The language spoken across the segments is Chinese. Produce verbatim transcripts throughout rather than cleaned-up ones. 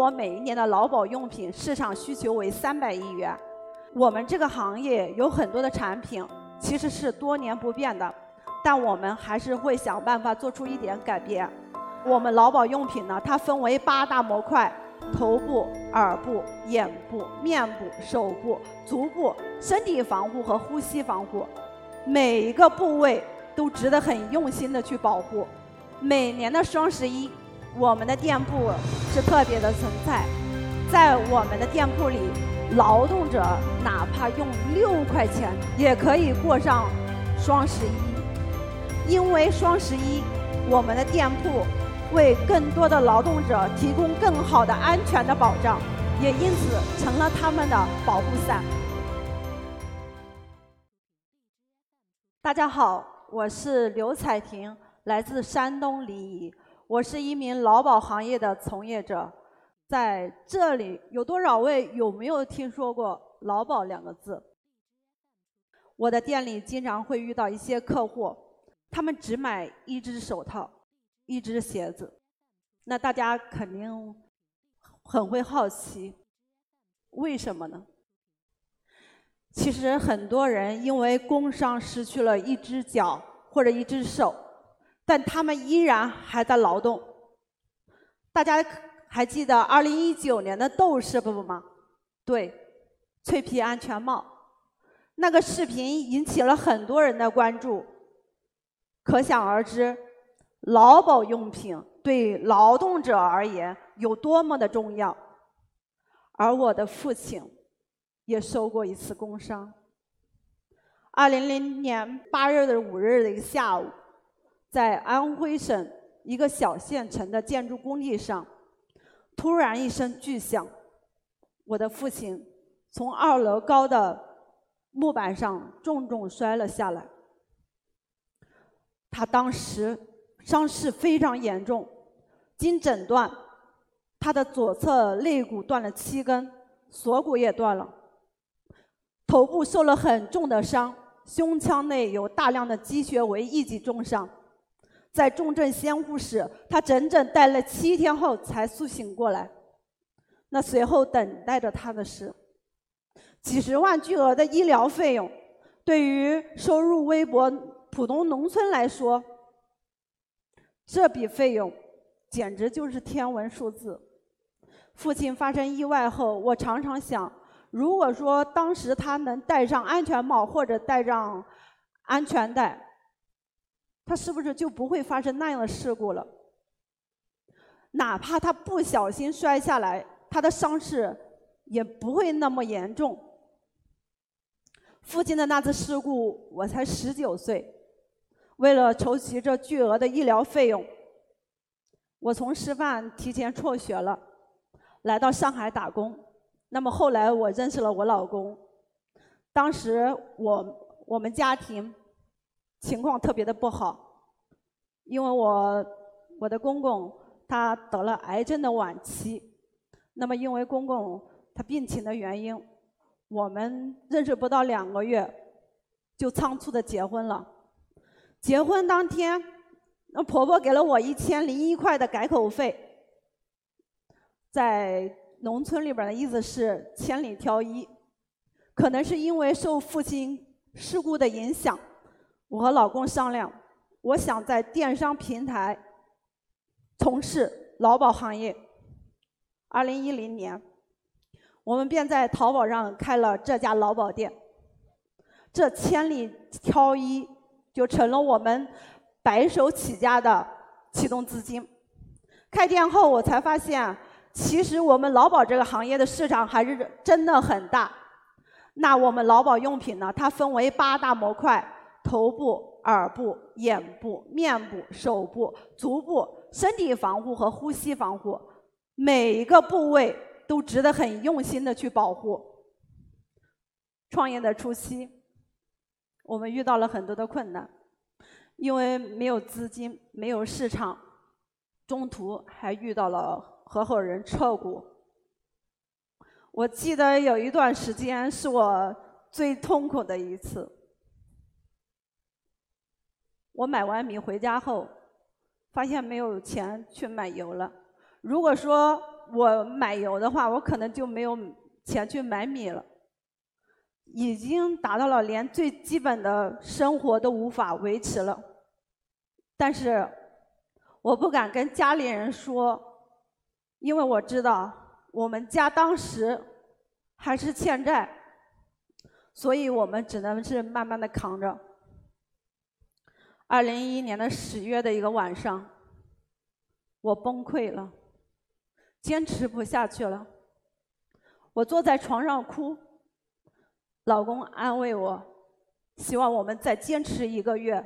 国每一年的劳保用品市场需求为三百亿元。我们这个行业有很多的产品其实是多年不变的，但我们还是会想办法做出一点改变。我们劳保用品呢，它分为八大模块：头部、耳部、眼部、面部、手部、足部、身体防护和呼吸防护，每一个部位都值得很用心的去保护。每年的双十一，我们的店铺是特别的存在，在我们的店铺里，劳动者哪怕用六块钱也可以过上双十一。因为双十一，我们的店铺为更多的劳动者提供更好的安全的保障，也因此成了他们的保护伞。大家好，我是刘彩婷，来自山东临沂，我是一名劳保行业的从业者。在这里，有多少位有没有听说过劳保两个字？我的店里经常会遇到一些客户，他们只买一只手套、一只鞋子，那大家肯定很会好奇，为什么呢？其实很多人因为工伤失去了一只脚或者一只手，但他们依然还在劳动。大家还记得二零一九年的斗士不吗？对，脆皮安全帽。那个视频引起了很多人的关注，可想而知，劳保用品对劳动者而言有多么的重要。而我的父亲也受过一次工伤。二零零零年八月的五日的一个下午，在安徽省一个小县城的建筑工地上，突然一声巨响，我的父亲从二楼高的木板上重重摔了下来。他当时伤势非常严重，经诊断，他的左侧肋骨断了七根，锁骨也断了，头部受了很重的伤，胸腔内有大量的积血为一级重伤。在重症监护室，他整整待了七天后才苏醒过来。那随后等待着他的是几十万巨额的医疗费用，对于收入微薄普通农村来说，这笔费用简直就是天文数字。父亲发生意外后，我常常想，如果说当时他能戴上安全帽或者戴上安全带，他是不是就不会发生那样的事故了？哪怕他不小心摔下来，他的伤势也不会那么严重。父亲的那次事故，我才十九岁，为了筹集这巨额的医疗费用，我从师范提前辍学了，来到上海打工。那么后来我认识了我老公，当时我我们家庭情况特别的不好，因为我我的公公他得了癌症的晚期，那么因为公公他病情的原因，我们认识不到两个月就仓促的结婚了。结婚当天，那婆婆给了我一千零一块的改口费，在农村里边的意思是千里挑一。可能是因为受父亲事故的影响，我和老公商量，我想在电商平台从事劳保行业。二零一零年，我们便在淘宝上开了这家劳保店。这千里挑一就成了我们白手起家的启动资金。开店后，我才发现，其实我们劳保这个行业的市场还是真的很大。那我们劳保用品呢，它分为八大模块：头部、耳部、眼部、面部、手部、足部、身体防护和呼吸防护，每一个部位都值得很用心的去保护。创业的初期，我们遇到了很多的困难，因为没有资金，没有市场，中途还遇到了合伙人撤股。我记得有一段时间是我最痛苦的一次。我买完米回家后，发现没有钱去买油了。如果说我买油的话，我可能就没有钱去买米了，已经达到了连最基本的生活都无法维持了。但是我不敢跟家里人说，因为我知道我们家当时还是欠债，所以我们只能是慢慢的扛着。二零一一年的十月的一个晚上，我崩溃了，坚持不下去了。我坐在床上哭，老公安慰我，希望我们再坚持一个月。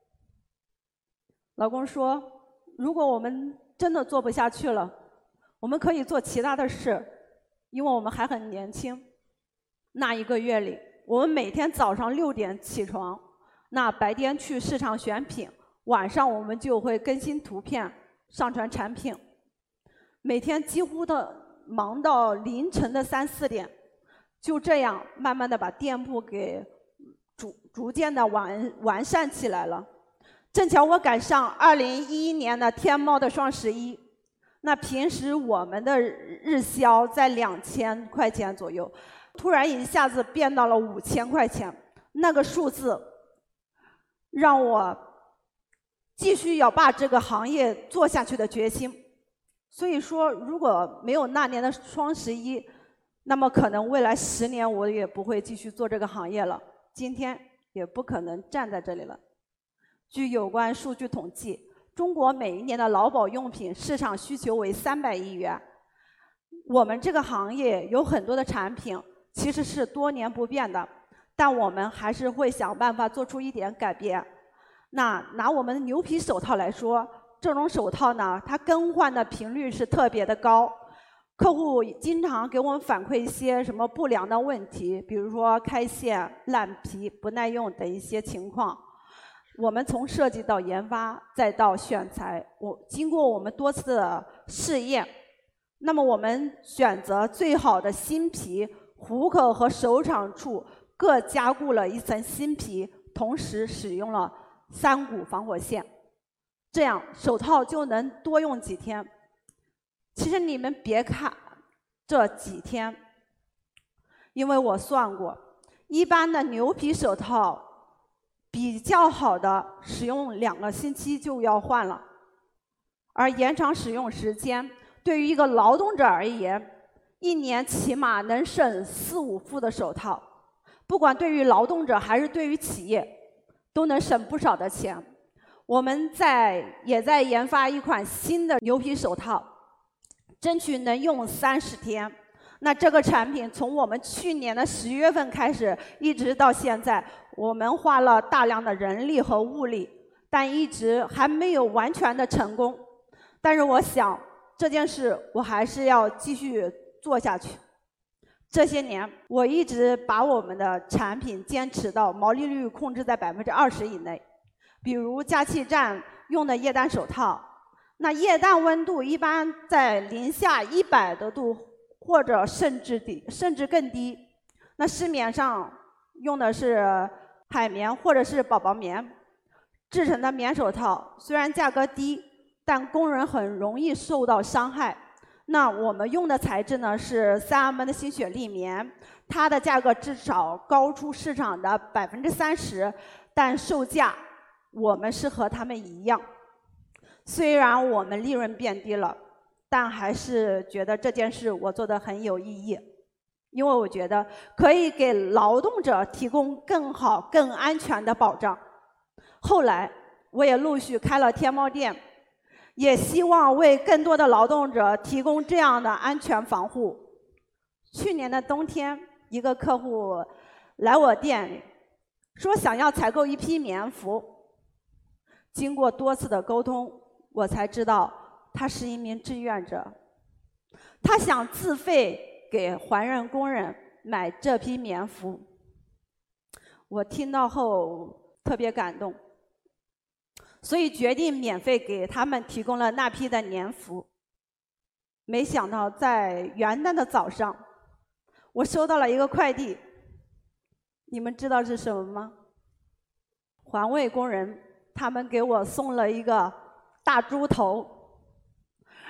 老公说，如果我们真的做不下去了，我们可以做其他的事，因为我们还很年轻。那一个月里，我们每天早上六点起床，那白天去市场选品，晚上我们就会更新图片，上传产品，每天几乎的忙到凌晨的三四点，就这样慢慢的把店铺给逐逐渐的完完善起来了。正巧我赶上二零一一年的天猫的双十一，那平时我们的日销在两千块钱左右，突然一下子变到了五千块钱，那个数字让我继续要把这个行业做下去的决心。所以说，如果没有那年的双十一，那么可能未来十年我也不会继续做这个行业了，今天也不可能站在这里了。据有关数据统计，中国每一年的劳保用品市场需求为三百亿元。我们这个行业有很多的产品其实是多年不变的，但我们还是会想办法做出一点改变。那拿我们的牛皮手套来说，这种手套呢，它更换的频率是特别的高，客户经常给我们反馈一些什么不良的问题，比如说开线、烂皮、不耐用等一些情况。我们从设计到研发再到选材，我经过我们多次的试验，那么我们选择最好的新皮，虎口和手掌处各加固了一层新皮，同时使用了三股防火线，这样手套就能多用几天。其实你们别看这几天，因为我算过，一般的牛皮手套比较好的使用两个星期就要换了，而延长使用时间对于一个劳动者而言，一年起码能省四五副的手套，不管对于劳动者还是对于企业，都能省不少的钱。我们在也在研发一款新的牛皮手套，争取能用三十天。那这个产品从我们去年的十月份开始，一直到现在，我们花了大量的人力和物力，但一直还没有完全的成功。但是我想这件事我还是要继续做下去。这些年我一直把我们的产品坚持到毛利率控制在百分之二十以内。比如加气站用的液氮手套，那液氮温度一般在零下一百多度，或者甚至低，甚至更低。那市面上用的是海绵或者是宝宝棉制成的棉手套，虽然价格低，但工人很容易受到伤害。那我们用的材质呢是三 M 的新雪粒棉，它的价格至少高出市场的百分之三十，但售价我们是和他们一样。虽然我们利润变低了，但还是觉得这件事我做得很有意义，因为我觉得可以给劳动者提供更好、更安全的保障。后来我也陆续开了天猫店，也希望为更多的劳动者提供这样的安全防护。去年的冬天，一个客户来我店里，说想要采购一批棉服。经过多次的沟通，我才知道他是一名志愿者，他想自费给环任工人买这批棉服。我听到后特别感动，所以决定免费给他们提供了那批的年服。没想到在元旦的早上，我收到了一个快递，你们知道是什么吗？环卫工人他们给我送了一个大猪头，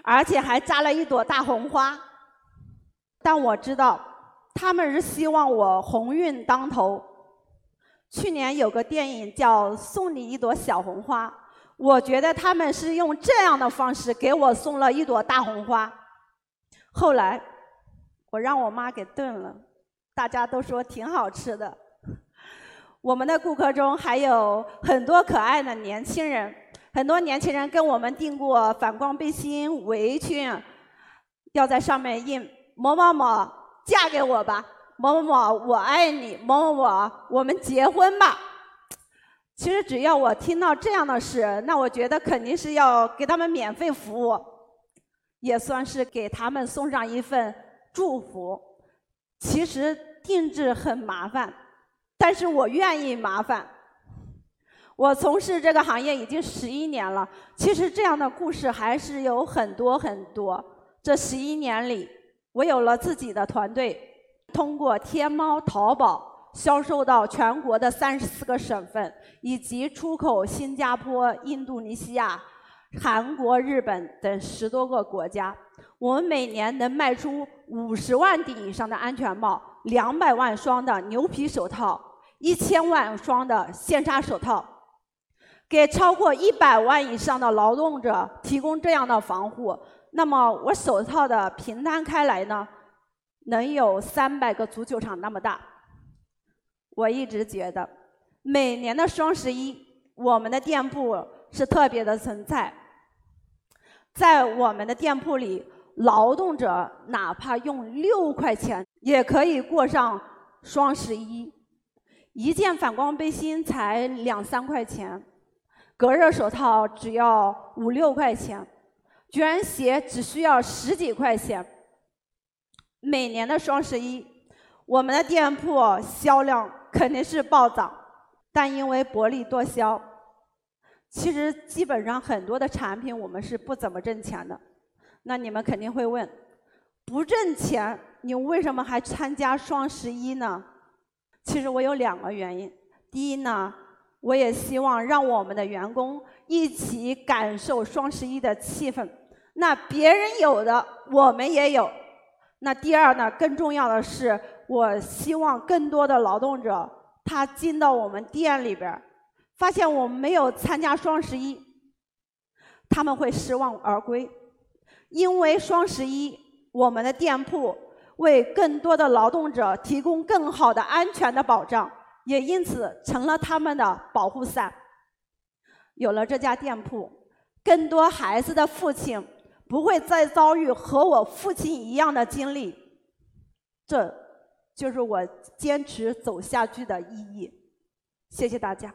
而且还扎了一朵大红花。但我知道，他们是希望我鸿运当头。去年有个电影叫《送你一朵小红花》，我觉得他们是用这样的方式给我送了一朵大红花。后来，我让我妈给炖了，大家都说挺好吃的。我们的顾客中还有很多可爱的年轻人，很多年轻人跟我们订过反光背心、围裙，吊在上面印某某某嫁给我吧，某某某我爱你，某某某我们结婚吧。其实只要我听到这样的事，那我觉得肯定是要给他们免费服务，也算是给他们送上一份祝福。其实定制很麻烦，但是我愿意麻烦。我从事这个行业已经十一年了，其实这样的故事还是有很多很多。这十一年里，我有了自己的团队，通过天猫、淘宝销售到全国的三十四个省份，以及出口新加坡、印度尼西亚、韩国、日本等十多个国家。我们每年能卖出五十万顶以上的安全帽，两百万双的牛皮手套，一千万双的线纱手套，给超过一百万以上的劳动者提供这样的防护。那么我手套的平摊开来呢，能有三百个足球场那么大。我一直觉得，每年的双十一，我们的店铺是特别的存在。在我们的店铺里，劳动者哪怕用六块钱，也可以过上双十一。一件反光背心才两三块钱，隔热手套只要五六块钱。卷鞋只需要十几块钱。每年的双十一，我们的店铺销量肯定是暴涨，但因为薄利多销，其实基本上很多的产品我们是不怎么挣钱的。那你们肯定会问，不挣钱，你为什么还参加双十一呢？其实我有两个原因。第一呢，我也希望让我们的员工一起感受双十一的气氛。那别人有的，我们也有。那第二呢，更重要的是，我希望更多的劳动者他进到我们店里边，发现我们没有参加双十一，他们会失望而归。因为双十一，我们的店铺为更多的劳动者提供更好的安全的保障，也因此成了他们的保护伞。有了这家店铺，更多孩子的父亲不会再遭遇和我父亲一样的经历，这就是我坚持走下去的意义。谢谢大家。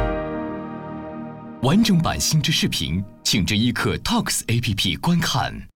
完整版新知视频，请至一刻 Talks A P P 观看。